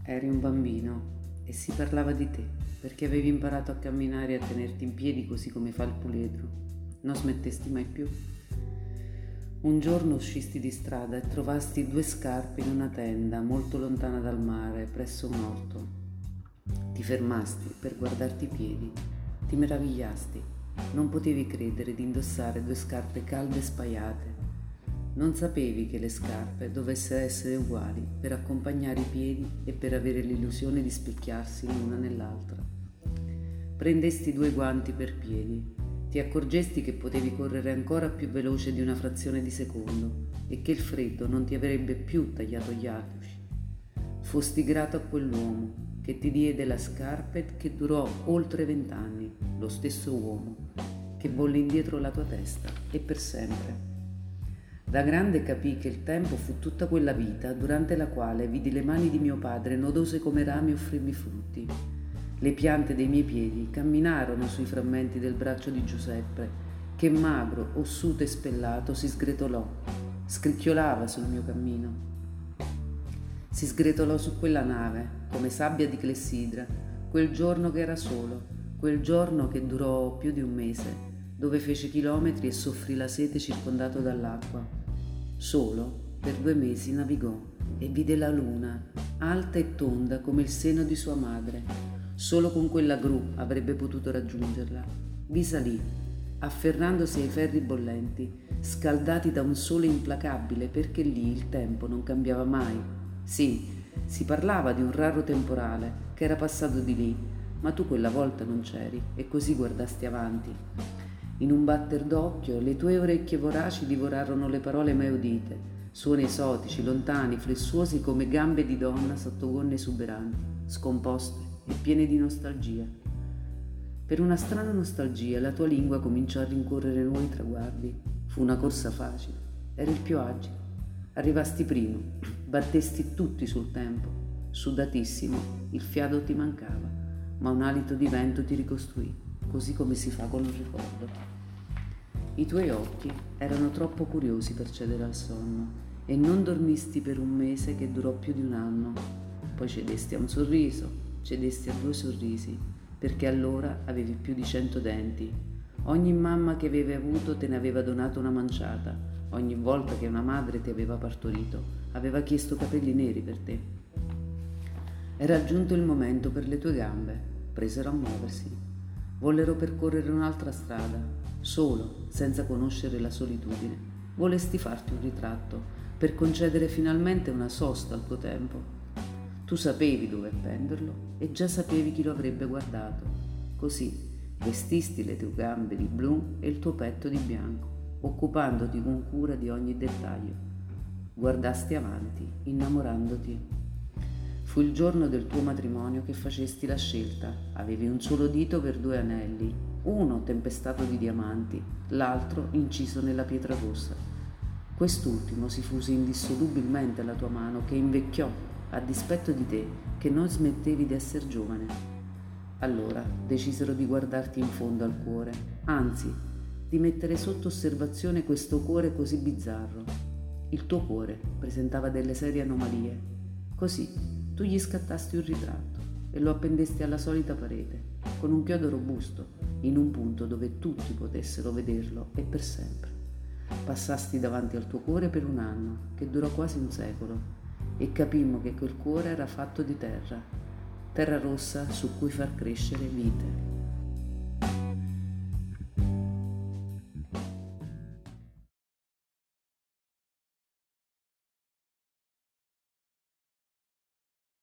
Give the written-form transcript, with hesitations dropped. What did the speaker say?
Eri un bambino e si parlava di te, perché avevi imparato a camminare e a tenerti in piedi così come fa il puledro. Non smettesti mai più. Un giorno uscisti di strada e trovasti 2 scarpe in una tenda molto lontana dal mare, presso un orto. Ti fermasti per guardarti i piedi, ti meravigliasti, non potevi credere di indossare 2 scarpe calde e spaiate. Non sapevi che le scarpe dovessero essere uguali per accompagnare i piedi e per avere l'illusione di specchiarsi l'una nell'altra. Prendesti 2 guanti per piedi, ti accorgesti che potevi correre ancora più veloce di una frazione di secondo e che il freddo non ti avrebbe più tagliato gli atoci. Fosti grato a quell'uomo che ti diede la scarpet che durò oltre 20 anni, lo stesso uomo che volle indietro la tua testa e per sempre. Da grande capii che il tempo fu tutta quella vita durante la quale vidi le mani di mio padre nodose come rami offrirmi frutti. Le piante dei miei piedi camminarono sui frammenti del braccio di Giuseppe, che magro, ossuto e spellato si sgretolò, scricchiolava sul mio cammino. Si sgretolò su quella nave, come sabbia di clessidra, quel giorno che era solo, quel giorno che durò più di un mese, dove fece chilometri e soffrì la sete circondato dall'acqua. Solo, per 2 mesi navigò e vide la luna, alta e tonda come il seno di sua madre. Solo con quella gru avrebbe potuto raggiungerla. Vi salì, afferrandosi ai ferri bollenti, scaldati da un sole implacabile, perché lì il tempo non cambiava mai. Sì, si parlava di un raro temporale che era passato di lì, ma tu quella volta non c'eri e così guardasti avanti. In un batter d'occhio le tue orecchie voraci divorarono le parole mai udite, suoni esotici, lontani, flessuosi come gambe di donna sotto gonne esuberanti, scomposte e piene di nostalgia. Per una strana nostalgia la tua lingua cominciò a rincorrere nuovi traguardi. Fu una corsa facile, eri il più agile. Arrivasti primo, battesti tutti sul tempo. Sudatissimo, il fiato ti mancava, ma un alito di vento ti ricostruì, così come si fa con un ricordo. I tuoi occhi erano troppo curiosi per cedere al sonno e non dormisti per un mese che durò più di un anno. Poi cedesti a un sorriso, cedesti a 2 sorrisi, perché allora avevi più di 100 denti. Ogni mamma che avevi avuto te ne aveva donato una manciata. Ogni volta che una madre ti aveva partorito, aveva chiesto capelli neri per te. Era giunto il momento per le tue gambe, presero a muoversi. Vollero percorrere un'altra strada, solo, senza conoscere la solitudine. Volesti farti un ritratto, per concedere finalmente una sosta al tuo tempo. Tu sapevi dove appenderlo e già sapevi chi lo avrebbe guardato. Così vestisti le tue gambe di blu e il tuo petto di bianco, occupandoti con cura di ogni dettaglio. Guardasti avanti, innamorandoti. Fu il giorno del tuo matrimonio che facesti la scelta. Avevi un solo dito per 2 anelli, uno tempestato di diamanti, l'altro inciso nella pietra rossa. Quest'ultimo si fuse indissolubilmente alla tua mano, che invecchiò a dispetto di te, che non smettevi di essere giovane. Allora decisero di guardarti in fondo al cuore, anzi, di mettere sotto osservazione questo cuore così bizzarro. Il tuo cuore presentava delle serie anomalie. Così tu gli scattasti un ritratto e lo appendesti alla solita parete, con un chiodo robusto, in un punto dove tutti potessero vederlo e per sempre. Passasti davanti al tuo cuore per un anno, che durò quasi un secolo, e capimmo che quel cuore era fatto di terra rossa su cui far crescere vite.